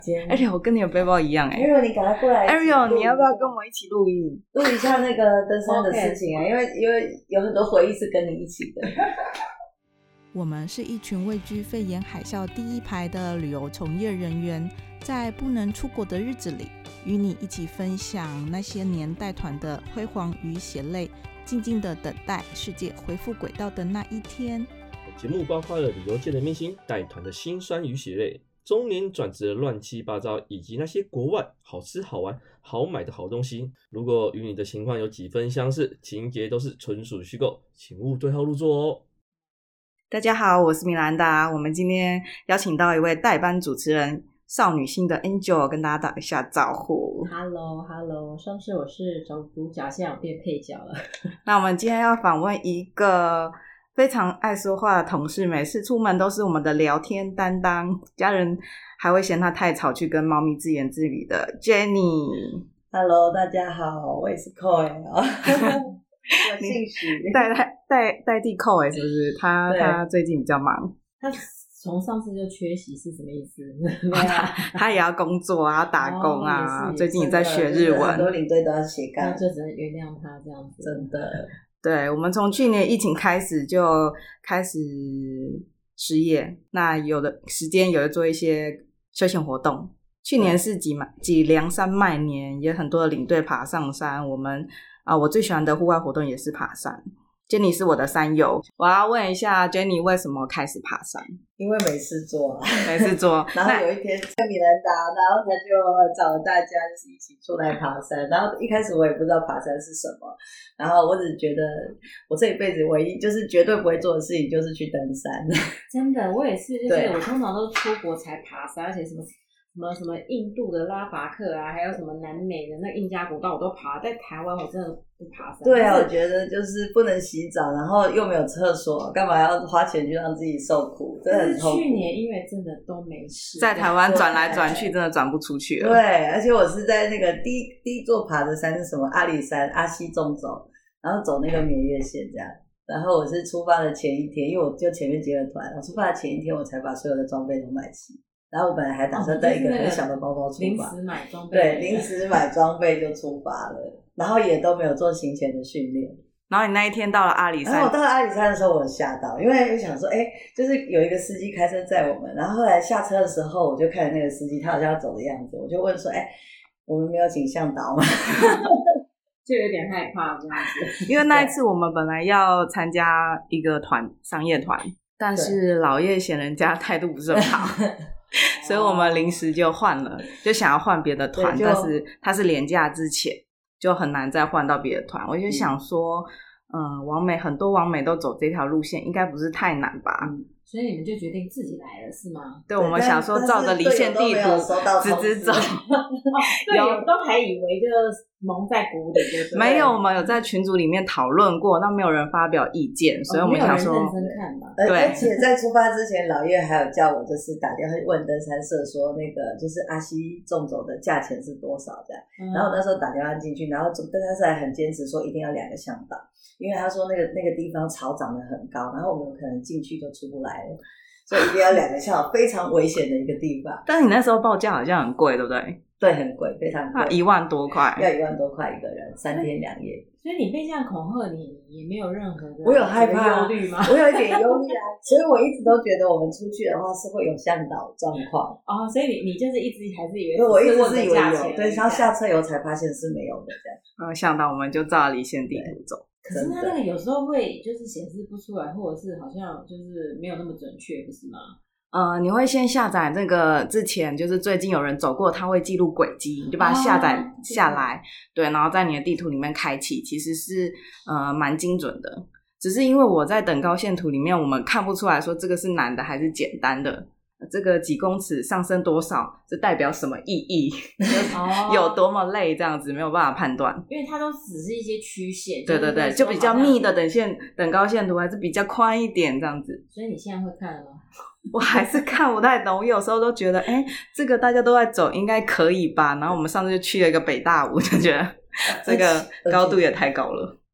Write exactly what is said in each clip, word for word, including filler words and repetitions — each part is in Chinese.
Ariel 我跟你的背包一样哎、欸、 Ariel 你赶快过来 Ariel 你要不要跟我一起录音录一下那个登山的事情啊？因为因为有很多回忆是跟你一起的。 我们是一群位居肺炎海啸第一排的旅游从业人员，在不能出国的日子里，与你一起分享那些年带团的辉煌与血泪，静静的等待世界恢复轨道的那一天。 节目包括了旅游界的明星带团的辛酸与血泪，中年转职的乱七八糟，以及那些国外好吃好玩好买的好东西。如果与你的情况有几分相似，情节都是纯属虚构，请勿对号入座哦。 大家好，我是米兰达，我们今天邀请到一位代班主持人少女心的 Angel 跟大家打一下招呼。 Hello Hello， 上次我是主角，现在我变配角了。 那我们今天要访问一个非常爱说话的同事，每次出门都是我们的聊天担当，家人还会嫌他太吵，去跟猫咪自言自语的 Jenny。 Hello 大家好，我也是 Koi 哦。我姓许， 代代代替 Koi 是不是？他他最近比较忙， 他从上次就缺席是什么意思？ 他, 他也要工作啊，打工啊，哦、最近也在学日文， 很多领队都要斜杠， 那就只能原谅他这样子。 真的， 对，我们从去年疫情开始就开始失业，那有的时间有的做一些休闲活动。去年是几几梁山脉年，也很多的领队爬上山。我们啊、呃，我最喜欢的户外活动也是爬山。Jenny 是我的山友，我要问一下 Jenny 为什么开始爬山？ 因为没事做啊， 没事做。 然后有一天在米兰达，然后他就找了大家，就是一起出来爬山。然后一开始我也不知道爬山是什么，然后我只觉得我这一辈子唯一就是绝对不会做的事情就是去登山。 真的，我也是，就是我通常都是出国才爬山，而且什么。什么什么印度的拉法克啊，还有什么南美的那印加古道我都爬，在台湾我真的不爬山。 对啊，我觉得就是不能洗澡，然后又没有厕所，干嘛要花钱去让自己受苦？真的很痛苦。 去年因为真的都没事， 在台湾转来转去，真的转不出去了。 对，而且我是在那个第一第一座爬的山是什么？阿里山阿西纵走，然后走那个绵月线这样。然后我是出发的前一天，因为我就前面接了团，我出发的前一天我才把所有的装备都买齐。然后我本来还打算带一个很小的包包出发， 临时买装备， 对，临时买装备就出发了，然后也都没有做行前的训练。 然后你那一天到了阿里山， 然后我到了阿里山的时候，我吓到，因为我想说，哎，就是有一个司机开车载我们，然后后来下车的时候，我就看着那个司机，他好像要走的样子，我就问说，哎，我们没有请向导吗？ 就有点害怕这样子。 因为那一次我们本来要参加一个团商业团，但是老叶嫌人家态度不是很好。所以我们临时就换了，就想要换别的团，但是他是连假之前就很难再换到别的团。我就想说嗯，网美很多网美都走这条路线，应该不是太难吧、嗯、 所以你们就决定自己来了是吗？ 对，我们想说照着离线地图直直走。 队友都还以为就是蒙在鼓里，对， 没有，我们有在群组里面讨论过，但没有人发表意见，所以我们想说、 哦、没有人认真看吧。 对， 而且在出发之前，老叶还有叫我就是打电话问登山社说那个就是阿西纵走的价钱是多少这样、嗯、然后我那时候打电话进去，然后登山社还很坚持说一定要两个向导，因为他说那个那个地方草长得很高，然后我们有可能进去就出不来了，所以一定要两个向导，非常危险的一个地方。 但是你那时候报价好像很贵，对不对？ 对，很贵，非常贵， 一万多块， 要一万多块一个人，三天两夜。 所以你被这样恐吓，你也没有任何的我有害怕忧虑吗？ 我有一点忧虑啊，所以我一直都觉得我们出去的话是会有向导状况。 哦，所以你你就是一直还是以为对，我一直是以为有， 对，然后下车以后才发现是没有的这样。 嗯，向导我们就照离线地图走。 可是它那个有时候会就是显示不出来，或者是好像就是没有那么准确，不是吗？ 呃，你会先下载那个之前就是最近有人走过，它会记录轨迹，你就把它下载下来、哦、对，然后在你的地图里面开启，其实是呃蛮精准的。只是因为我在等高线图里面我们看不出来说这个是难的还是简单的，这个几公尺上升多少这代表什么意义、哦、有多么累，这样子没有办法判断， 因为它都只是一些曲线。 对对对，就比较密的等线等高线图还是比较宽一点这样子。 所以你现在会看了吗？ 我还是看不太懂，我有时候都觉得哎，这个大家都在走应该可以吧，然后我们上次就去了一个北大武，就觉得这个高度也太高了。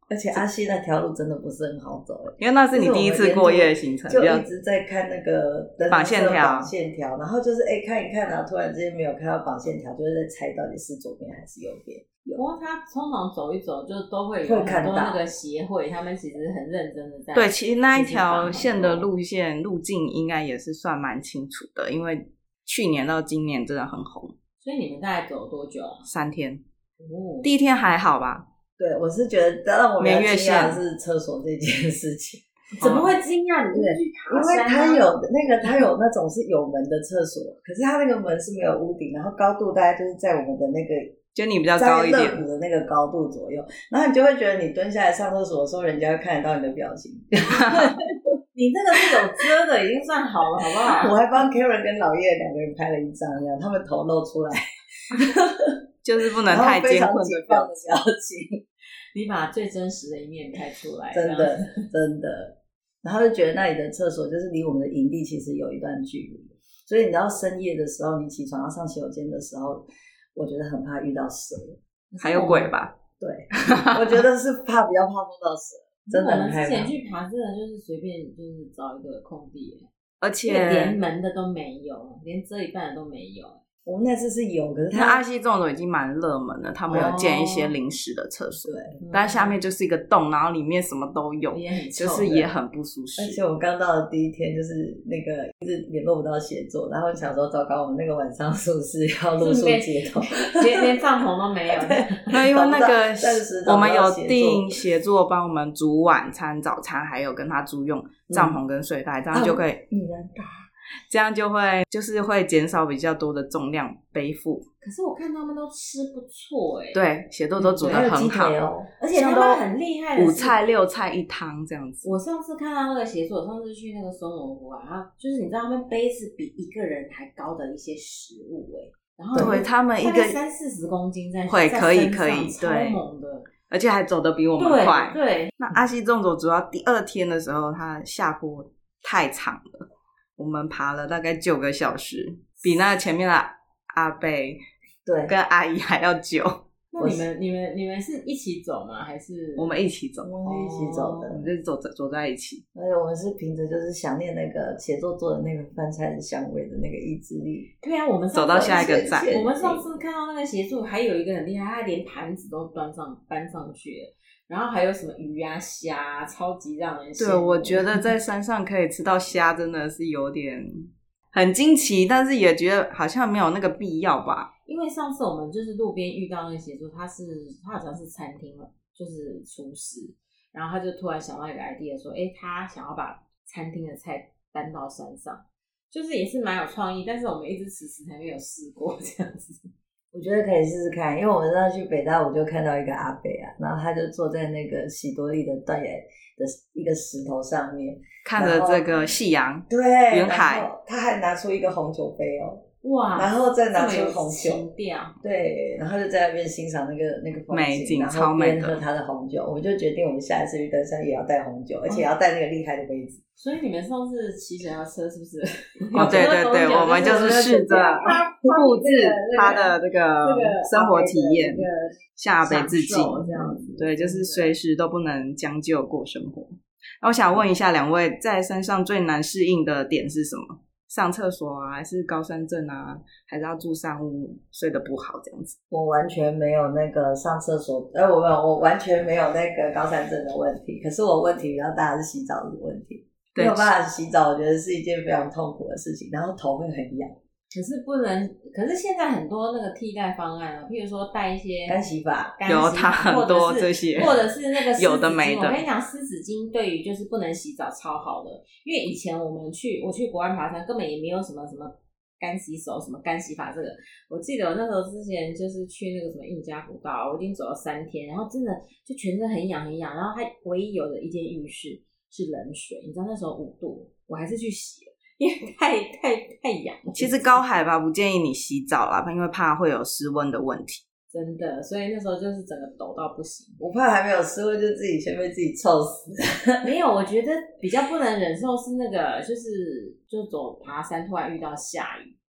而且阿西那条路真的不是很好走、欸、 因为那是你第一次过夜的行程， 就一直在看那个绑线条绑线条，然后就是哎、欸、看一看，然后突然之间没有看到绑线条，就是在猜到底是左边还是右边。 不过他通常走一走就都会有很多那个协会，他们其实很认真的在。 对，其实那一条线的路线路径应该也是算蛮清楚的，因为去年到今年真的很红。 所以你们大概走多久啊？ 三天。 哦， 第一天还好吧？ 对，我是觉得让我比较惊讶的是厕所这件事情。 怎么会惊讶？你是去爬山、啊、 因为它有那个，它有那种是有门的厕所，可是它那个门是没有屋顶，然后高度大概就是在我们的那个， 就你比较高一点， 在肋骨的那个高度左右，然后你就会觉得你蹲下来上厕所的时候，人家会看得到你的表情。 你这个是有遮的，已经算好了，好不好？ 我还帮 Karen 跟老叶两个人拍了一张，这样他们头露出来， 就是不能太艰困的表情。 你把最真实的一面拍出来， 真的真的。然后就觉得那里的厕所就是离我们的营地其实有一段距离，所以你到深夜的时候，你起床要上洗手间的时候，我觉得很怕遇到蛇， 还有鬼吧？ 对，我觉得是怕比较怕碰到蛇，真的很害怕。 我们之前去爬，真的就是随便就是找一个空地， 而且连门的都没有，连遮一半的都没有。 我们那次是有，可是那阿西纵走已经蛮热门了，他们有建一些临时的厕所， 对、 哦，但下面就是一个洞，然后里面什么都有，就是也很不舒适。 而且我们刚到的第一天，就是那个一直联络不到协作，然后想说糟糕，我们那个晚上是不是要露宿街头， 连连帐篷都没有。 对，因为那个我们有订协作帮我们煮晚餐、早餐，还有跟他租用帐篷跟睡袋，嗯、这样就可以。 女人大。 这样就会就是会减少比较多的重量背负。 可是我看他们都吃不错哎、欸， 对，协作都煮得很好， 哦、 而且他们很厉害的是五菜六菜一汤这样子。 我上次看到那个协作，上次去那个松萝湖啊，然后就是你知道他们背是比一个人还高的一些食物哎、欸，然后对他们一个三四十公斤在会可以可以超猛的。 而且还走得比我们快。 对，对那阿西纵走主要第二天的时候，它下坡太长了。我们爬了大概九个小时，比那前面的阿伯对跟阿姨还要久。 那你们、你们、你们是一起走吗？还是我们一起走？ 我们一起走的， 我们就走走在一起。 而且我们是凭着就是想念那个协作做的那个饭菜的香味的那个意志力。 对啊，我们走到下一个站。 我们上次看到那个协作，还有一个很厉害，他连盘子都端上搬上去了。然后还有什么鱼啊虾啊，超级让人羡慕。 对，我觉得在山上可以吃到虾真的是有点很惊奇，但是也觉得好像没有那个必要吧。 因为上次我们就是路边遇到那个协作，他是他好像是餐厅了，就是厨师，然后他就突然想到一个 idea 说，诶他想要把餐厅的菜搬到山上，就是也是蛮有创意，但是我们一直迟迟还没有试过这样子。 我觉得可以试试看，因为我们上次去北大我就看到一个阿伯啊，然后他就坐在那个喜多利的断崖的一个石头上面， 看着这个夕阳， 对， 云海， 他还拿出一个红酒杯哦， 哇， 然后再拿出红酒， 对， 然后就在那边欣赏那个那个风美景， 然后边喝他的红酒，我们就决定我们下一次去登山也要带红酒，而且也要带那个厉害的杯子。 所以你们上次骑脚踏车是不是？ 哦，对对对，我们就是试着复制他的这个生活体验，向阿伯致敬， 这样子。 对，就是随时都不能将就过生活。那我想问一下两位，在山上最难适应的点是什么？上厕所啊，还是高山症啊，还是要住山屋睡得不好这样子？ 我完全没有那个上厕所，呃，我没有，我完全没有那个高山症的问题。可是我问题比较大的是洗澡的问题，没有办法洗澡，我觉得是一件非常痛苦的事情，然后头会很痒。 可是不能，可是现在很多那个替代方案啊，譬如说带一些干洗法， 有它很多这些， 或者是那个有的没的。 我跟你讲，湿纸巾对于就是不能洗澡超好的，因为以前我们去我去国外爬山，根本也没有什么什么干洗手、什么干洗法这个。我记得我那时候之前就是去那个什么印加古道，我已经走了三天，然后真的就全身很痒很痒，然后它唯一有的一间浴室是冷水，你知道那时候五度，我还是去洗了。因为太太太痒了。 其实高海拔不建议你洗澡啦，因为怕会有失温的问题。 真的，所以那时候就是整个抖到不行。 我怕还没有失温就自己先被自己臭死。 没有，我觉得比较不能忍受是那个，就是就走爬山突然遇到下雨，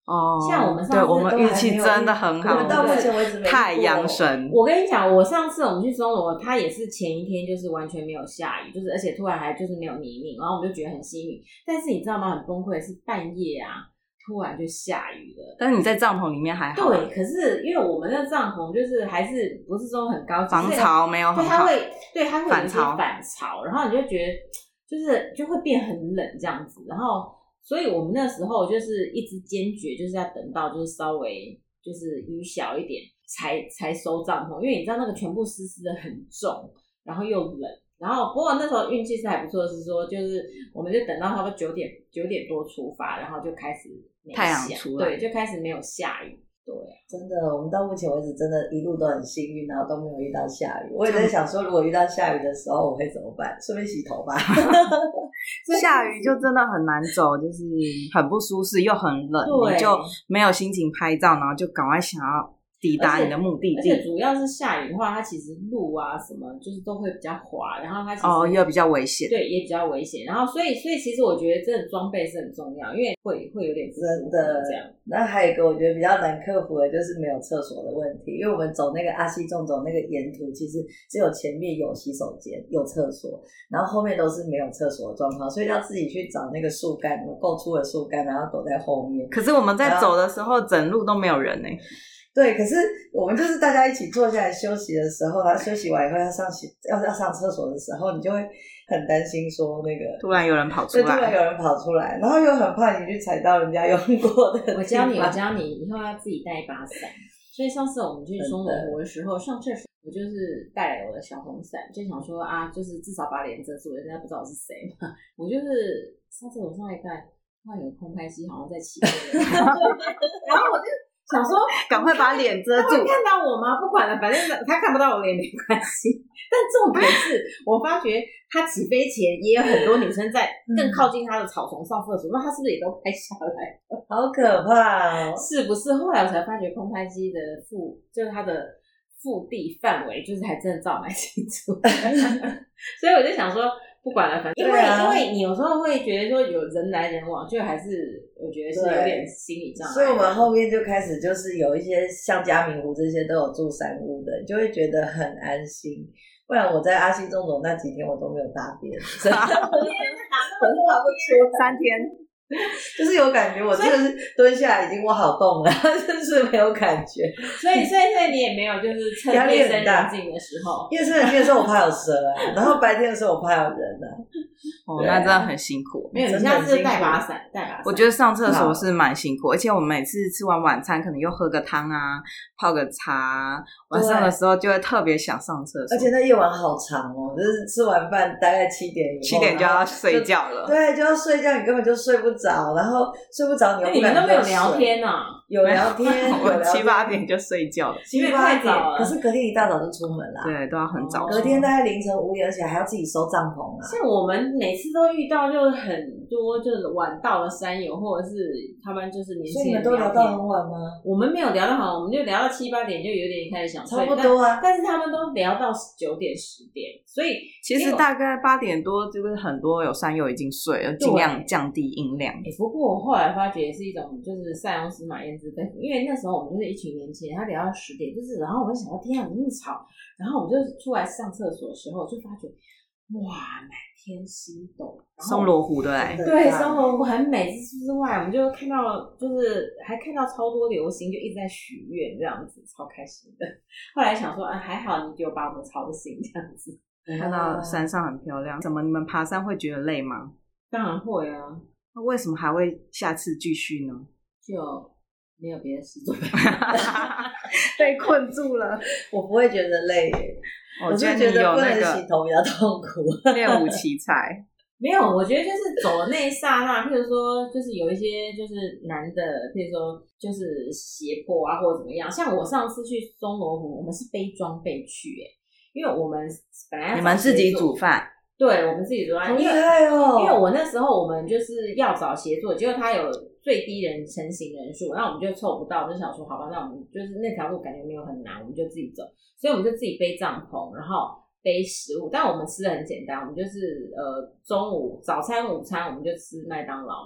哦， 像我们上次对我们运气真的很好， 我们到目前为止没遇过太阳神。 我跟你讲，我上次我们去松罗，它也是前一天就是完全没有下雨，就是而且突然还就是没有泥泞，然后我们就觉得很幸运。但是你知道吗？很崩溃的是半夜啊，突然就下雨了。 但是你在帐篷里面还好。 对，可是因为我们那帐篷就是还是不是说很高级， 防潮没有很好， 对，它会对它会有一些反潮反潮，然后你就觉得就是就会变很冷这样子，然后。所以我们那时候就是一直坚决，就是要等到就是稍微就是雨小一点才才收帐篷，因为你知道那个全部湿湿的很重，然后又冷，然后不过那时候运气是还不错，是说就是我们就等到差不多九点九点多出发，然后就开始没太阳下出来， 对，就开始没有下雨。对， 真的，我们到目前为止真的一路都很幸运，然后都没有遇到下雨。我也在想说，如果遇到下雨的时候，我会怎么办？顺便洗头吧。 下雨就真的很难走，就是很不舒适又很冷，你就没有心情拍照，然后就赶快想要抵达你的目的地。 而且主要是下雨的话，它其实路啊什么就是都会比较滑，然后它其实哦又比较危险， 对，也比较危险。然后所以所以其实我觉得这个装备是很重要，因为会会有点不舒服这样。 那还有一个我觉得比较难克服的就是没有厕所的问题，因为我们走那个阿西纵走那个沿途，其实只有前面有洗手间有厕所，然后后面都是没有厕所的状况，所以要自己去找那个树干，够粗的树干，然后躲在后面。 可是我们在走的时候，整路都没有人呢、欸。 对，可是我们就是大家一起坐下来休息的时候，然后休息完以后要上洗要要上厕所的时候，你就会很担心说那个突然有人跑出来， 对，突然有人跑出来，然后又很怕你去踩到人家用过的地方。 我教你，我教你，以后要自己带一把伞。所以上次我们去松罗湖的时候，上厕所我就是带了我的小红伞，就想说啊，就是至少把脸遮住，人家不知道我是谁嘛。我就是上厕所上一看，突然有空拍机好像在骑车，然后我就。想说赶快把脸遮住， 他会看到我吗？不管了，反正他看不到我脸没关系。但重点是我发觉他起飞前也有很多女生在更靠近他的草丛上厕所，那他是不是也都拍下来？ 好可怕哦！ 是不是？后来我才发觉空拍机的腹就是它的腹地范围，就是还真的照蛮清楚。所以我就想说。不管了，反正因为、啊、因为你有时候会觉得说有人来人往，就还是我觉得是有点心理障碍。 所以我们后面就开始就是有一些像嘉明湖这些都有住山屋的，你就会觉得很安心。不然我在阿西纵走那几天我都没有大便，真的，我都爬不出三天。 就是有感觉，我真的是蹲下来已经我好冻了，真是没有感觉。 所以，所以，所以你也没有就是趁夜深人静的时候， 夜深人静的时候我怕有蛇啊，然后白天的时候我怕有人啊。 哦，那真的很辛苦。 没有，你下次带把伞，带把伞。 我觉得上厕所是蛮辛苦，而且我们每次吃完晚餐，可能又喝个汤啊，泡个茶，晚上的时候就会特别想上厕所。 而且那夜晚好长哦，就是吃完饭大概七点以后， 七点就要睡觉了。 对，就要睡觉，你根本就睡不着，然后睡不着，你又不敢。 你们都没有聊天啊？ 有聊天， 我七八点就睡觉了， 因为太早了。 可是隔天一大早就出门啦， 对，都要很早。 隔天大概凌晨五点，而且还要自己收帐篷啊。 像我们每次都遇到就是很多就是晚到的山友，或者是他们就是年轻人聊天。 所以你们都聊到很晚吗？ 我们没有聊到很晚，我们就聊到七八点，就有点开始想睡。 差不多啊。 但, 但是他们都聊到九点十点，所以其实大概八点多，就是很多有山友已经睡了，尽量降低音量。 欸、不过我后来发觉也是一种就是塞翁失马焉知非福，因为那时候我们就是一群年轻人，他聊到十点，就是然后我就想说天啊，怎么那么吵？然后我就出来上厕所的时候，就发觉哇，满天星斗， 松罗湖对不对？ 对，松罗湖很美之外，我们就看到就是还看到超多流星，就一直在许愿这样子，超开心的。后来想说，啊，还好你就把我们吵醒这样子。 看到山上很漂亮，怎么你们爬山会觉得累吗？ 当然会啊。 那为什么还会下次继续呢？ 就没有别的事做， 被困住了。 我不会觉得累耶，我是觉得不能洗头比较痛苦， 练武奇才。 没有，我觉得就是走的那一刹那，譬如说，就是有一些就是难的，譬如说就是斜坡啊，或者怎么样。像我上次去松罗湖，我们是背装备去耶，因为我们本来要你们自己煮饭。 对，我们自己煮饭， 好厉害哦！ 因为我那时候我们就是要找协作，结果他有最低人成行人数，那我们就凑不到，就想说好吧，那我们就是那条路感觉没有很难，我们就自己走，所以我们就自己背帐篷，然后背食物，但我们吃的很简单，我们就是呃中午早餐、午餐我们就吃麦当劳嘛，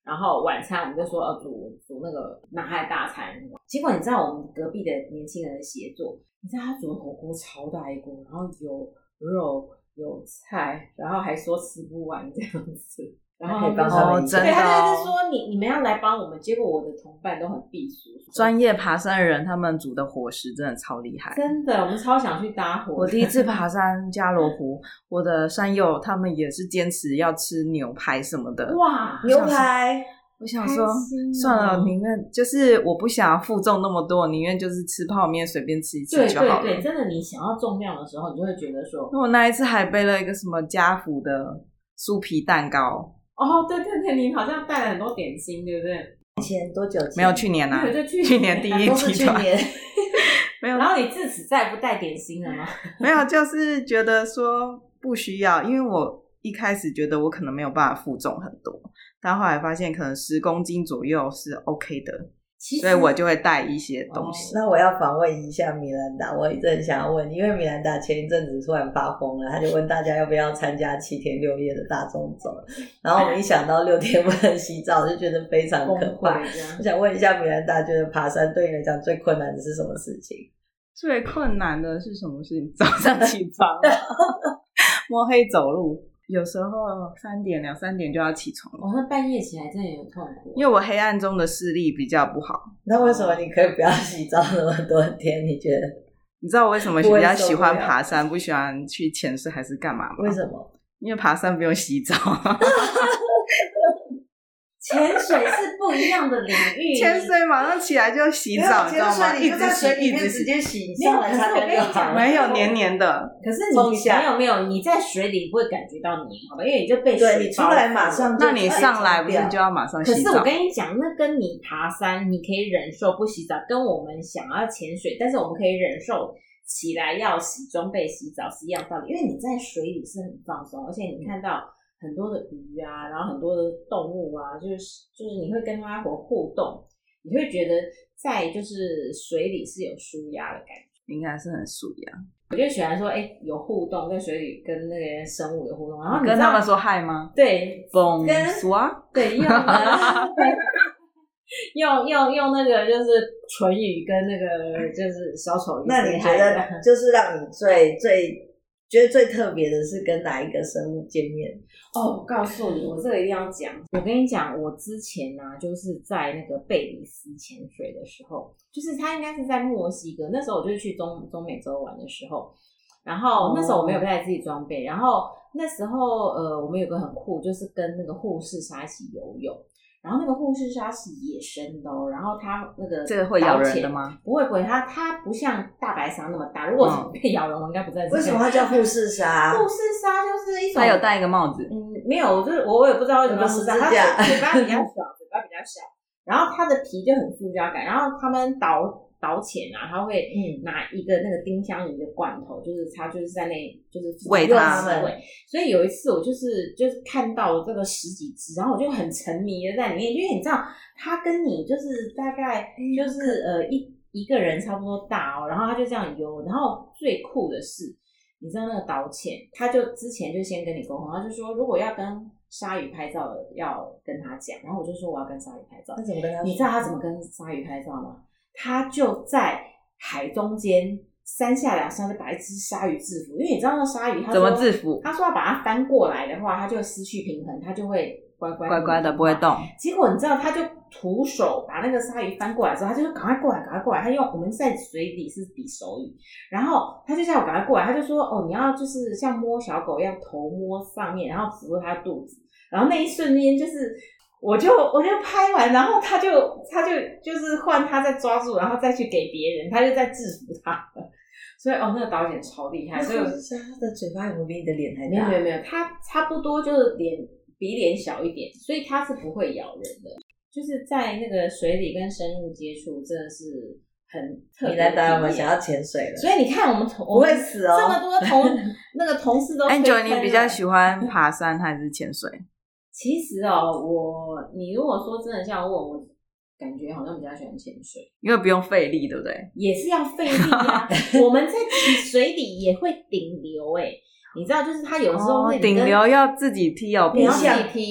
然后晚餐我们就说要煮煮那个南海大餐。结果你知道我们隔壁的年轻人的协作，你知道他煮的火锅超大一锅，然后有肉有菜，然后还说吃不完这样子。然后他就说、 哦、真的、哦、 对，他就是说你你们要来帮我们，结果我的同伴都很避暑。 专业爬山的人，他们煮的伙食真的超厉害， 真的，我们超想去搭伙。 我第一次爬山加罗湖，我的山友他们也是坚持要吃牛排什么的。 哇， 牛排！ 我想说，算了，宁愿就是我不想要负重那么多，宁愿就是吃泡面随便吃一吃就好了。 对对对，真的，你想要重量的时候，你就会觉得说， 我那一次还背了一个什么家福的酥皮蛋糕。 哦，对对对，你好像带了很多点心，对不对？ 以前多久前？ 没有，去年啊， 对，就去年， 去年第一集团，没有。 然后你自此再不带点心了吗？ 没有，就是觉得说不需要，因为我一开始觉得我可能没有办法负重很多，但后来发现可能十公斤左右是 OK 的。所以我就会带一些东西、 哦、那我要访问一下米兰达，我一直很想要问，因为米兰达前一阵子突然发疯了，他就问大家要不要参加七天六夜的大众走，然后我们一想到六天不能洗澡就觉得非常可怕。我想问一下米兰达，觉得爬山对你来讲最困难的是什么事情？ 最困难的是什么事情？早上起床摸黑走路，有时候三点两三点就要起床了。 哦，那半夜起来真的有痛苦。 因为我黑暗中的视力比较不好。 那为什么你可以不要洗澡那么多天？你觉得？ 你知道我为什么比较喜欢爬山，不喜欢去潜水还是干嘛吗？ 为什么？ 因为爬山不用洗澡。 潜水是不一样的领域， 潜水马上起来就洗澡，你知道吗？一直洗，一直直接洗，上来擦干就好。 没有黏黏的， 可是你没有没有，你在水里不会感觉到黏，好吧？因为你就被水对你出来马上就， 那你上来不是就要马上洗澡？ 可是我跟你讲，那跟你爬山你可以忍受不洗澡，跟我们想要潜水，但是我们可以忍受起来要洗装备洗澡是一样道理，因为你在水里是很放松，而且你看到很多的鱼啊，然后很多的动物啊，就是就是你会跟它互动，你会觉得在就是水里是有舒压的感觉， 应该是很舒压。 我就喜欢说，哎、欸，有互动，在水里跟那个生物有互动，然后你跟他们说嗨吗？ 对， 蹦刷， 对，用用用用那个就是唇语跟那个就是小丑鱼。 那你觉得就是让你最最觉得最特别的是跟哪一个生物见面？ 哦，我告诉你，我这个一定要讲。我跟你讲，我之前啊，就是在那个贝里斯潜水的时候，就是他应该是在墨西哥，那时候我就是去中中美洲玩的时候，然后那时候我没有带自己装备，然后那时候呃，我们有个很酷，就是跟那个护士鲨一起游泳。然后那个护士鲨是野生的哦，然后它那个这个会咬人的吗？ 不会不会，它它不像大白鲨那么大。如果是被咬人，我应该不在这。 为什么它叫护士鲨？ 护士鲨就是一种， 它有戴一个帽子。 嗯，没有，就是我我也不知道为什么护士鲨，它嘴巴比较小，嘴巴比较小，然后它的皮就很塑胶感，然后他们导。导潜啊，他会拿一个那个丁香鱼的罐头，就是他就是在那就是喂它们。 所以有一次我就是就是看到了这个十几只，然后我就很沉迷的在里面，因为你知道它跟你就是大概就是呃一一个人差不多大哦，然后他就这样游，然后最酷的是，你知道那个导潜，他就之前就先跟你沟通，他就说如果要跟鲨鱼拍照的要跟他讲，然后我就说我要跟鲨鱼拍照， 那怎么跟他？ 你知道他怎么跟鲨鱼拍照吗？他就在海中间三下两下就把一只鲨鱼制服，因为你知道那鲨鱼他怎么制服？ 他说要把它翻过来的话，它就失去平衡，它就会乖乖乖乖的不会动。 结果你知道，他就徒手把那个鲨鱼翻过来之后，他就说赶快过来，赶快过来。他用我们在水里是比手语，然后他就叫我赶快过来，他就说哦，你要就是像摸小狗一样头摸上面，然后扶住他的肚子，然后那一瞬间就是。我就我就拍完，然后他就他就就是换他再抓住，然后再去给别人，他就在制服他了。所以哦，那个导演超厉害。所以他的嘴巴有没有比你的脸还大？ 没有没有没有，他差不多就是脸比脸小一点，所以他是不会咬人的。就是在那个水里跟生物接触，真的是很特别。 米兰达，我们想要潜水了， 所以你看我们同不会死哦， 这么多同那个同事都。 Angel， 你比较喜欢爬山还是潜水？ 其实哦，我你如果说真的像问我，感觉好像比较喜欢潜水， 因为不用费力，对不对？ 也是要费力啊。我们在水里也会顶流哎、欸，你知道，就是他有时候会顶、哦、流要自己踢哦， 你要自己踢。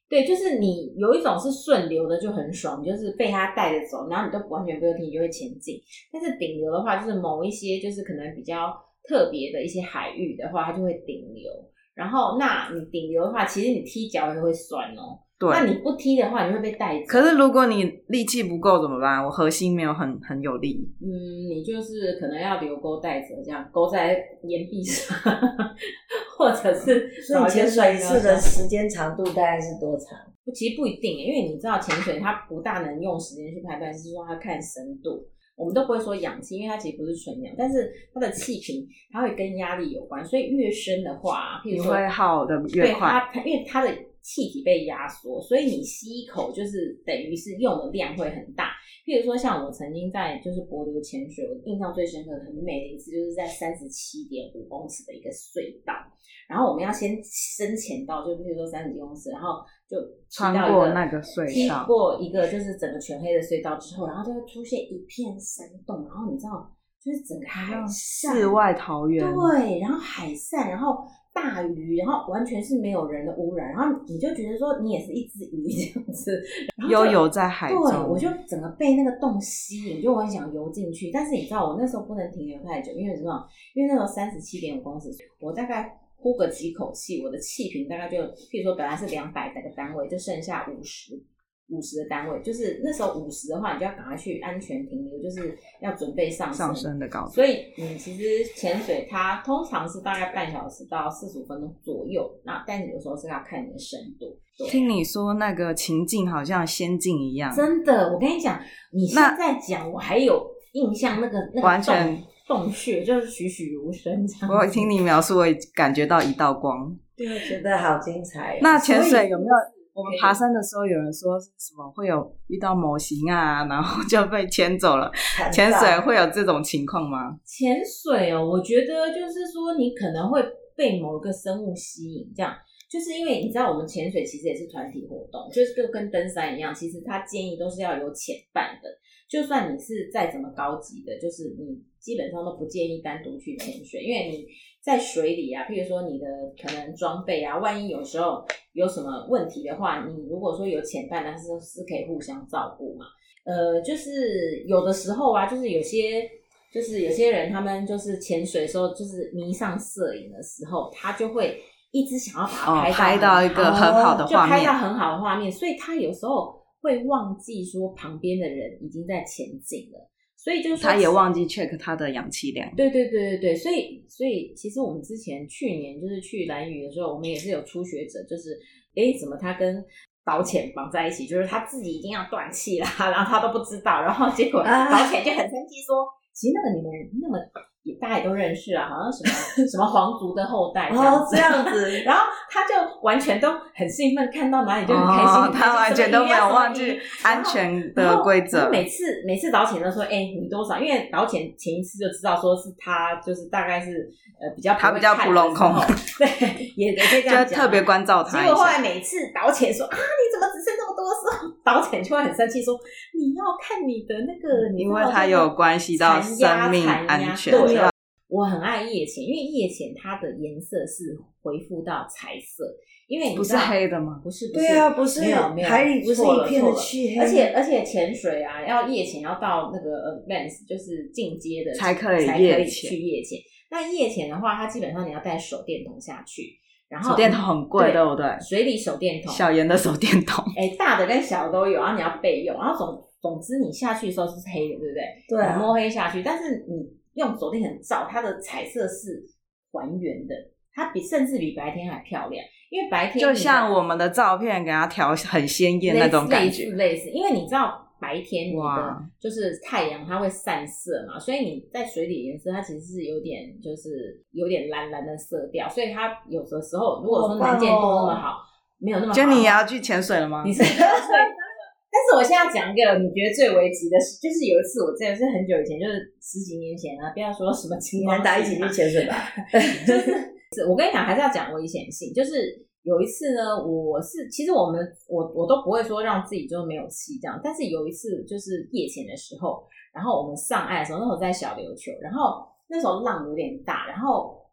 对，就是你有一种是顺流的就很爽，你就是被它带着走，然后你都完全不用停，你就会前进。但是顶流的话，就是某一些就是可能比较特别的一些海域的话，它就会顶流。然后那你顶流的话，其实你踢脚也会酸哦。 对， 那你不踢的话，你会被带走。 可是如果你力气不够怎么办？我核心没有很很有力。 嗯，你就是可能要留钩带着，这样勾在岩壁上，或者是所以潜水一次的时间长度大概是多长？ 其实不一定，因为你知道潜水它不大能用时间去判断，是说它看深度。我们都不会说氧气，因为它其实不是纯氧，但是它的气瓶它会跟压力有关，所以越深的话，譬如说你会耗的越快。 对它，因为它的气体被压缩，所以你吸一口就是等于是用的量会很大。譬如说像我曾经在就是帛琉潜水，我印象最深刻很美的一次，就是在三十七点五公尺的一个隧道，然后我们要先深潜到就譬如说三十几公尺，然后就穿过那个隧道， 踢过一个就是整个全黑的隧道之后，然后就会出现一片山洞，然后你知道就是整个海上世外桃源， 对，然后海扇，然后大鱼，然后完全是没有人的污染，然后你就觉得说你也是一只鱼这样子， 悠游在海中。 对，我就整个被那个洞吸引，就我很想游进去，但是你知道我那时候不能停留太久，因为什么？因为那时候三十七点五公尺，我大概呼个几口气，我的气瓶大概就，譬如说本来是两百个单位，就剩下五十。五十的单位，就是那时候五十的话，你就要赶快去安全停留，就是要准备上升上升的高度。 所以你其实潜水它通常是大概半小时到四十五分钟左右，那但是有时候是要看你的深度。 听你说那个情境好像仙境一样， 真的，我跟你讲，你现在讲我还有印象，那个那个完全洞穴就是栩栩如生这样。 我听你描述，我也感觉到一道光。 对，我觉得好精彩哦。 那潜水有没有？我们爬山的时候，有人说是什么会有遇到模型啊，然后就被牵走了。潜水会有这种情况吗？ 潜水哦，我觉得就是说你可能会被某个生物吸引，这样就是因为你知道我们潜水其实也是团体活动，就是就跟登山一样，其实他建议都是要有潜伴的。就算你是再怎么高级的，就是你基本上都不建议单独去潜水，因为你在水里啊，譬如说你的可能装备啊，万一有时候有什么问题的话，你如果说有潜伴，但是是可以互相照顾嘛。呃，就是有的时候啊，就是有些就是有些人他们就是潜水的时候，就是迷上摄影的时候，他就会一直想要把它拍到、哦、 拍到一个很好的画面， 就拍到很好的画面，所以他有时候会忘记说旁边的人已经在前进了。所以就是说他也忘记 check 他的氧气量。 对对对对对，所以所以其实我们之前去年就是去兰屿的时候，我们也是有初学者，就是诶怎么他跟导潜绑在一起，就是他自己已经要断气啦，然后他都不知道，然后结果导潜就很生气说，其实那个你们那么大家也都认识啊，好像什么什么皇族的后代这样子， 哦、这样子然后他就完全都很兴奋，看到哪里就很开心， 哦、他完全都没有忘记安全的规则。 每次每次导潜都说，哎、欸，你多少？因为导潜前一次就知道说是他，就是大概是呃比较他比较普龙空， 对，也也可以这样讲， 就特别关照他一下。 结果后来每次导潜说啊，你怎么只剩这么多的时候，导潜就会很生气说，你要看你的那个， 因为它有关系到生命安全。对， 我很爱夜潜，因为夜潜它的颜色是恢复到彩色，因为你不是黑的吗？ 不是，不是， 对啊，不是， 没有没有， 海里不是一片的漆黑， 而且而且潜水啊，要夜潜要到那个 advanced 就是进阶的才可以才可以夜潜去夜潜。那夜潜的话，它基本上你要带手电筒下去。然后手电筒很贵，对不对？ 水里手电筒， 小盐的手电筒， 哎，大的跟小的都有，然后你要备用。然后总总之你下去的时候是黑的，对不对？ 对、啊， 摸黑下去，但是你用手电筒照，它的彩色是还原的，它比甚至比白天还漂亮。因为白天就像我们的照片给它调很鲜艳那种感觉， 类似类似。因为你知道白天你的就是太阳它会散色嘛，所以你在水里颜色它其实是有点就是有点蓝蓝的色调，所以它有的时候如果说能见度那么好，没有那么好。 就你也要去潜水了吗？ 你是但是我现在要讲一个你觉得最危急的事，就是有一次我真的是很久以前，就是十几年前啊，不要说什么情况， 大家一起去潜水吧。 就是我跟你讲，还是要讲危险性。就是有一次呢，我是其实我们我我都不会说让自己就没有气这样，但是有一次就是夜潜的时候，然后我们上岸的时候，那时候在小琉球，然后那时候浪有点大，然后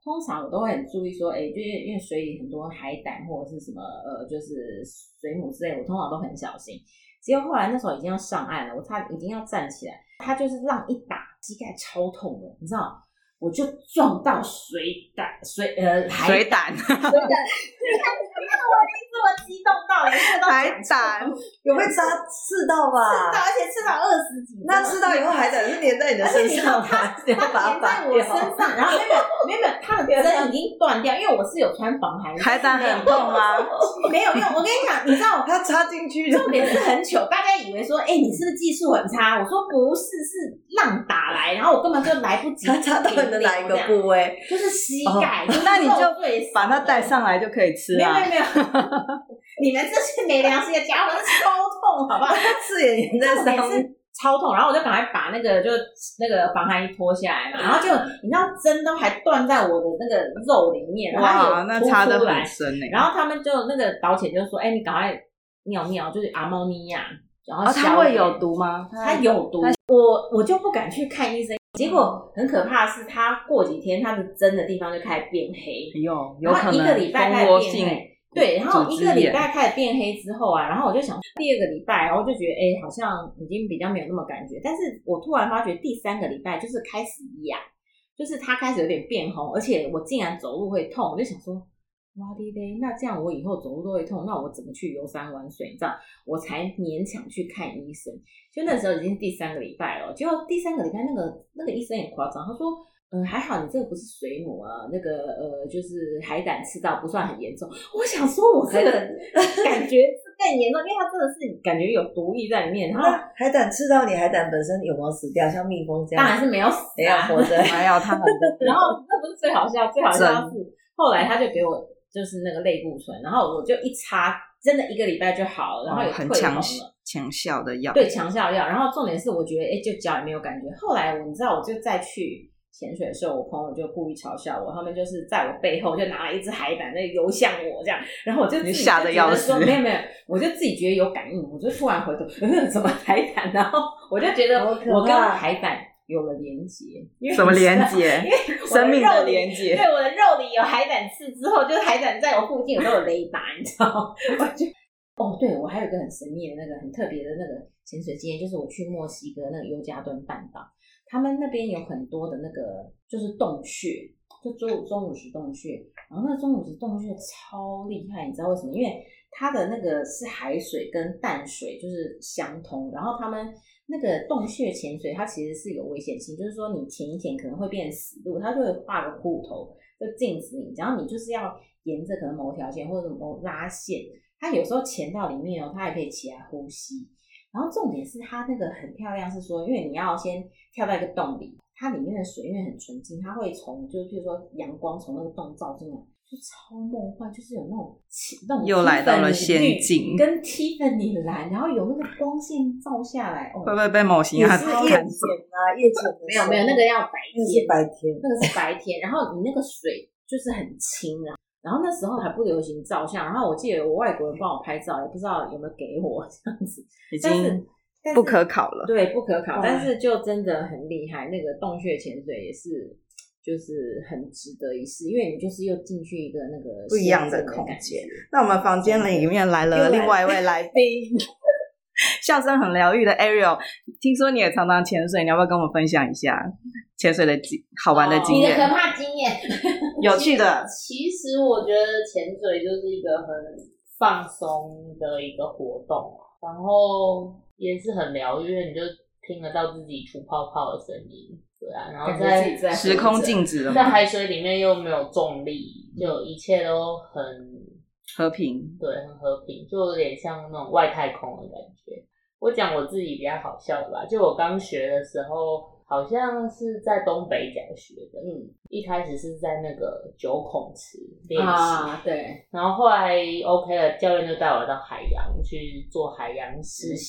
通常我都会很注意说，哎、欸，就因为因为水里很多海胆或者是什么呃，就是水母之类，我通常都很小心。结果后来那时候已经要上岸了，我差已经要站起来，他就是浪一打，膝盖超痛的，你知道，我就撞到水胆水呃水胆，水胆， 你看你看我已经这么激动到了， 海胆有被扎刺到吧？ 刺到，而且刺到二十几。 那刺到以后，海胆是粘在你的身上吗？ 你要把它拔掉。在我身上，然后没有没有没有，它的针已经断掉，因为我是有穿防寒衣。 海胆很痛吗？ 没有没有，我跟你讲，你知道它插进去， 重点是很糗，大家以为说，哎、欸，你是不是技术很差？我说不是，是浪打来，然后我根本就来不及。 它插到你的哪一个部位？ 就是膝盖。哦、 那你就把它带上来就可以吃啊。 没有没有。你们这些没良心的家伙，是超痛，好不好？ 刺也粘在上面， 超痛。然后我就赶快把那个就那个防寒衣脱下来嘛，然后就你知道针都还断在我的那个肉里面，然后哇，那插得很深欸。 然后他们就那个导潜就说：“哎、欸，你赶快尿尿，就是阿猫尼亚。”然后它会有毒吗？ 它有毒，我我就不敢去看医生。结果很可怕的是，它过几天它的针的地方就开始变黑， 有有可能一个礼拜开始变黑。对，然后一个礼拜开始变黑之后啊，然后我就想第二个礼拜，然后就觉得哎、欸，好像已经比较没有那么感觉，但是我突然发觉第三个礼拜就是开始痒，就是它开始有点变红，而且我竟然走路会痛，我就想说，哇滴嘞，那这样我以后走路都会痛，那我怎么去游山玩水？你知道，我才勉强去看医生。就那时候已经是第三个礼拜了，结果第三个礼拜那个那个医生也夸张，他说。嗯，还好你这个不是水母啊，那个呃，就是海胆刺到不算很严重。我想说，我这个感觉是更严重，因为它真的是感觉有毒液在里面。然后海胆刺到你，海胆本身有没有死掉？像蜜蜂这样？ 当然是没有死、啊， 没有活着， 还有它很多。 然后那不是最好笑，最好笑是后来他就给我就是那个类固醇，然后我就一擦，真的一个礼拜就好了，然后也退红了。 哦强效的药， 对，强效药。然后重点是，我觉得哎，就脚也没有感觉。后来我你知道，我就再去。潜水的时候，我朋友就故意嘲笑我，他们就是在我背后就拿了一只海胆，那游向我这样，然后我就自己吓得要死， 没有没有，我就自己觉得有感应，我就突然回头，呃，什么海胆？然后我就觉得我跟海胆有了连结， 什么连结？ 因为生命的连结。 对，我的肉里有海胆刺之后，就是海胆在我附近，我都有雷达，你知道？我就哦，对，我还有一个很神秘的那个很特别的那个潜水经验，就是我去墨西哥那个尤加敦半岛。他们那边有很多的那个就是洞穴，就中中午石洞穴，然后那中午石洞穴超厉害，你知道为什么？因为它的那个是海水跟淡水就是相通，然后他们那个洞穴潜水它其实是有危险性，就是说你潜一潜可能会变死路，它就会画个护头就禁止你，然后你就是要沿着可能某条线或者某拉线，它有时候潜到里面哦，它还可以起来呼吸。然后重点是它那个很漂亮，是说因为你要先跳到一个洞里，它里面的水因为很纯净，它会从就是譬如说阳光从那个洞照进来，就超梦幻，就是有那种那种又来到了仙境， 跟 Tiffany 蓝，然后有那个光线照下来，哦， 会不会被某型啊？是夜潜啊，夜潜没有没有，那个要白天， 那是白天， 那个是白天，然后你那个水就是很清啊。然后那时候还不流行照相，然后我记得我外国人帮我拍照，也不知道有没有给我这样子， 已经不可考了。 对，不可考，但是就真的很厉害。那个洞穴潜水也是，就是很值得一试，因为你就是又进去一个那个不一样的空间。那我们房间里面来了另外一位来宾，笑声很疗愈的 Ariel， 听说你也常常潜水，你要不要跟我们分享一下潜水的好玩的经验？ 哦、你的可怕经验。 有趣的。 其实我觉得潜水就是一个很放松的一个活动，然后也是很疗愈，因为你就听得到自己吐泡泡的声音，对啊，然后在时空静止了， 在海水里面又没有重力，就一切都很和平， 对，很和平，就有点像那种外太空的感觉。我讲我自己比较好笑的吧，就我刚学的时候。好像是在东北角学的，嗯，一开始是在那个九孔池练习， 啊，对， 然后后来 OK 了，教练就带我到海洋去做海洋实习，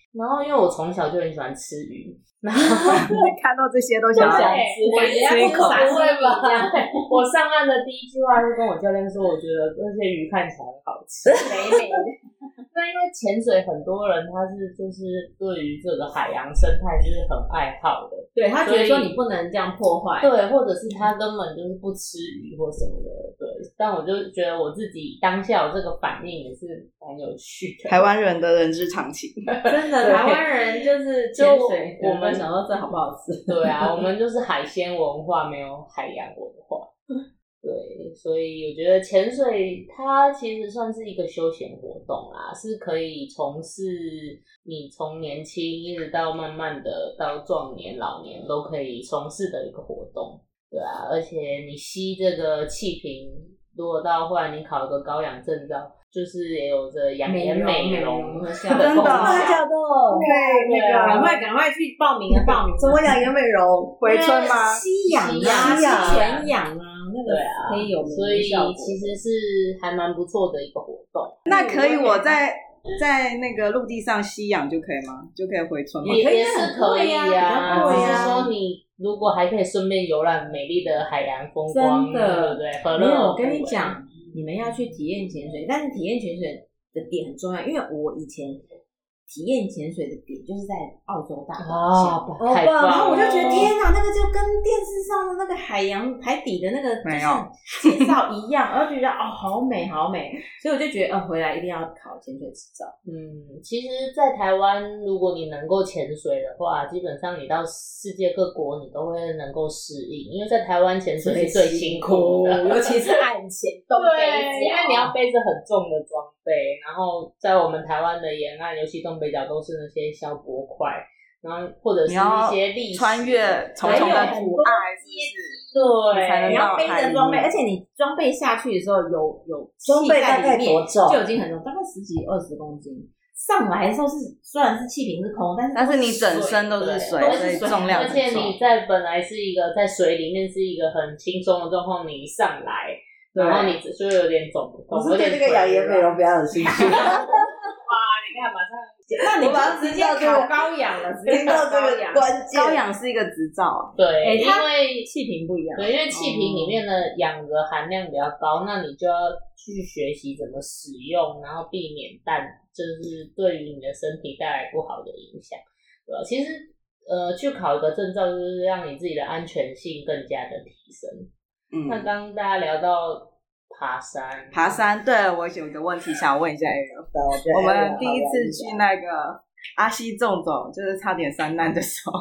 然后因为我从小就很喜欢吃鱼，然后你看到这些都想要吃吃一口， 不会吧？我上岸的第一句话是跟我教练说，我觉得那些鱼看起来很好吃，美美的。那因为潜水很多人他是就是对于这个海洋生态就是很爱好的， 对他觉得说你不能这样破坏， 对，或者是他根本就是不吃鱼或什么的，对。但我就觉得我自己当下有这个反应也是蛮有趣的。 台湾人的人之常情， 真的，台湾人就是潜水，我们想说这好不好吃？ 对啊，我们就是海鲜文化，没有海洋文化。对，所以我觉得潜水它其实算是一个休闲活动啦，是可以从事你从年轻一直到慢慢的到壮年、老年都可以从事的一个活动。对啊，而且你吸这个气瓶，如果到后来你考一个高氧证照，就是也有着养颜美容的效果。 真的假的？ 对，那个赶快赶快去报名啊！报名怎么养颜美容？ 回春吗？ 吸氧啊， 吸氧全氧啊，那个可以有所以其实是还蛮不错的一个活动。 那可以，我在在那个陆地上吸氧就可以吗？就可以回春吗？ 也也是可以啊， 只是说你如果还可以顺便游览美丽的海洋风光， 真的对不对？何没有， 乐我跟你讲，你们要去体验潜水，但是体验潜水的点很重要，因为我以前体验潜水的点就是在澳洲大堡礁， 哦，太棒了！ 然后我就觉得天哪，那个就跟电视上的那个海洋海底的那个没有介绍一样，然后觉得哦好美好美，所以我就觉得哦回来一定要考潜水执照。 嗯，其实，在台湾，如果你能够潜水的话，基本上你到世界各国你都会能够适应，因为在台湾潜水是最辛苦的， 尤其是岸潜东北角， 因为你要背着很重的装备，然后在我们台湾的沿岸，尤其东北角都是那些消波块，然后或者是一些历史穿越重重的阻碍，是不是？ 对， 你要背着装备，而且你装备下去的时候有有装备大概多重？ 就已经很重，大概十几二十公斤。上来的时候是虽然是气瓶是空，但是但是你整身都是水，所以重量很重。 而且你在本来是一个在水里面是一个很轻松的状况，你一上来，然后你就有点肿不动。 我是对这个养颜美容比较有兴趣。 哇，你看马上， 那你就直接考高氧了，直接考高氧。关键高氧是一个执照， 对， 欸、 因为气瓶不一样， 对，因为气瓶里面的氧的含量比较高，那你就要去学习怎么使用，然后避免氮就是对于你的身体带来不好的影响，对吧？其实呃，去考一个证照就是让你自己的安全性更加的提升。嗯，那刚刚大家聊到爬山， 爬山，对，我有一个问题想问一下 Ariel， 我们第一次去那个阿西纵走，就是差点山难的时候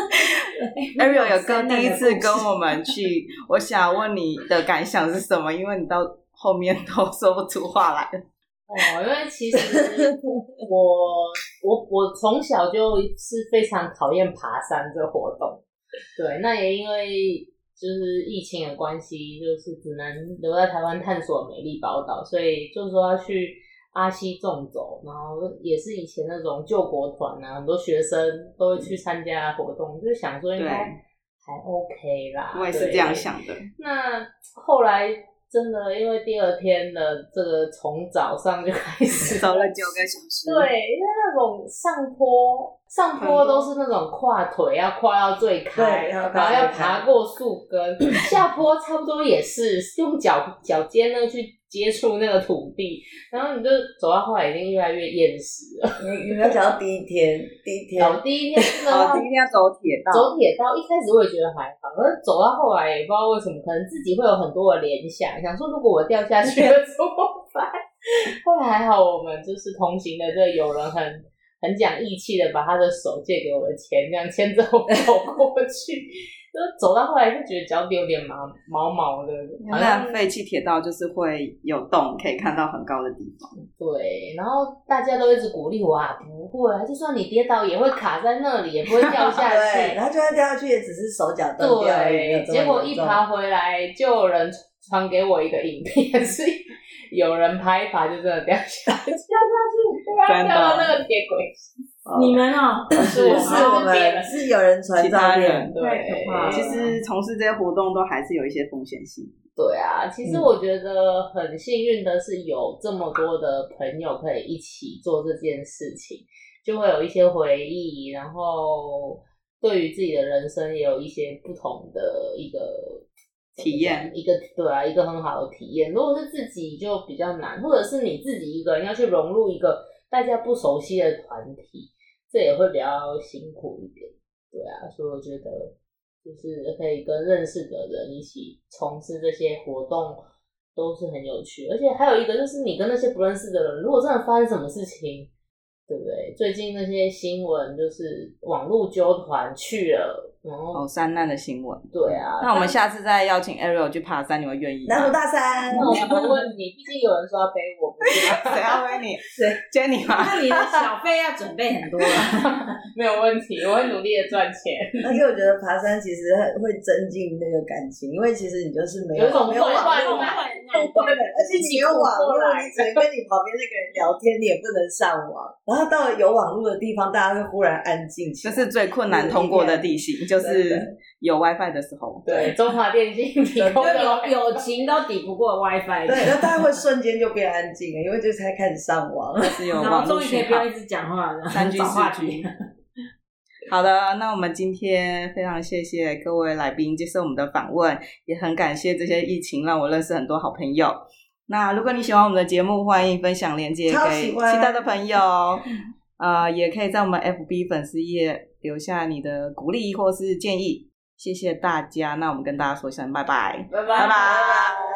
，Ariel 有跟第一次跟我们去，我想问你的感想是什么？因为你到后面都说不出话来了。 哦，因为其实我我我从小就是非常讨厌爬山这活动，对，那也因为就是疫情的关系，就是只能留在台湾探索美丽宝岛，所以就是说要去阿西纵走，然后也是以前那种救国团啊，很多学生都会去参加活动，就是想说应该还 OK 啦。 我也是这样想的。 那后来真的因为第二天的这个从早上就开始走了九个小时， 对，因为那种上坡上坡都是那种跨腿要跨到最开，然后要爬过树根，下坡差不多也是用脚脚尖呢去接触那个土地，然后你就走到后来已经越来越厌食了。 你你要讲到第一天，第一天， 哦，第一天真的， 哦，第一天要走铁道， 走铁道，一开始我也觉得还好，可是走到后来也不知道为什么，可能自己会有很多的联想，想说如果我掉下去了怎么办？后来还好，我们就是同行的这个友人很很讲义气的，把他的手借给我的钱，这样牵着我走过去。就走到后来就觉得脚底有点毛毛毛的，好像那废弃铁道就是会有洞，可以看到很高的地方。 对，然后大家都一直鼓励我啊，不会啊，就算你跌倒也会卡在那里，也不会掉下去。 对，然后就算掉下去也只是手脚断掉而已。 对，结果一爬回来就有人传给我一个影片，是有人爬一爬就真的掉下去，掉下去， 真的掉到那个铁轨。 你们哦， 是是我们是有人传照片， 对， 其实从事这些活动都还是有一些风险性。 对啊，其实我觉得很幸运的是有这么多的朋友可以一起做这件事情。 就会有一些回忆，然后对于自己的人生也有一些不同的一个体验， 一个对啊，一个很好的体验。如果是自己就比较难，或者是你自己一个人要去融入一个大家不熟悉的团体，这也会比较辛苦一点。对啊，所以我觉得就是可以跟认识的人一起从事这些活动都是很有趣，而且还有一个就是你跟那些不认识的人，如果真的发生什么事情，对不对？最近那些新闻就是网络纠团去了，然后哦，山难的新闻。 对啊， 那我们下次再邀请 Ariel 去爬山，你会愿意吗？ 南湖大山， 那我不问你，毕竟有人说要背我，不是吗？ 谁要背你？ 对 ，Jenny 吗？ 那你的小费要准备很多了。 没有问题，我会努力的赚钱。 而且我觉得爬山其实会增进那个感情，因为其实你就是没有有一种没有网络嘛， 对， 而且你有网络，你只能跟你旁边那个人聊天，你也不能上网。然后到了有网络的地方，大家会忽然安静起来， 这是最困难通过的地形，就是有 WiFi 的时候。 对，中华电信提供的有友情都抵不过 WiFi。 对，那大家会瞬间就变安静了，因为就才开始上网， 就是有然网络后终于可以讯号不用一直讲话了， 三 G 找话四 G 题。 好的，那我们今天非常谢谢各位来宾接受我们的访问，也很感谢这些疫情让我认识很多好朋友。那如果你喜欢我们的节目，欢迎分享链接给其他的朋友，呃，也可以在我们 F B 粉丝页留下你的鼓励或是建议。谢谢大家，那我们跟大家说声拜拜， 拜拜拜拜。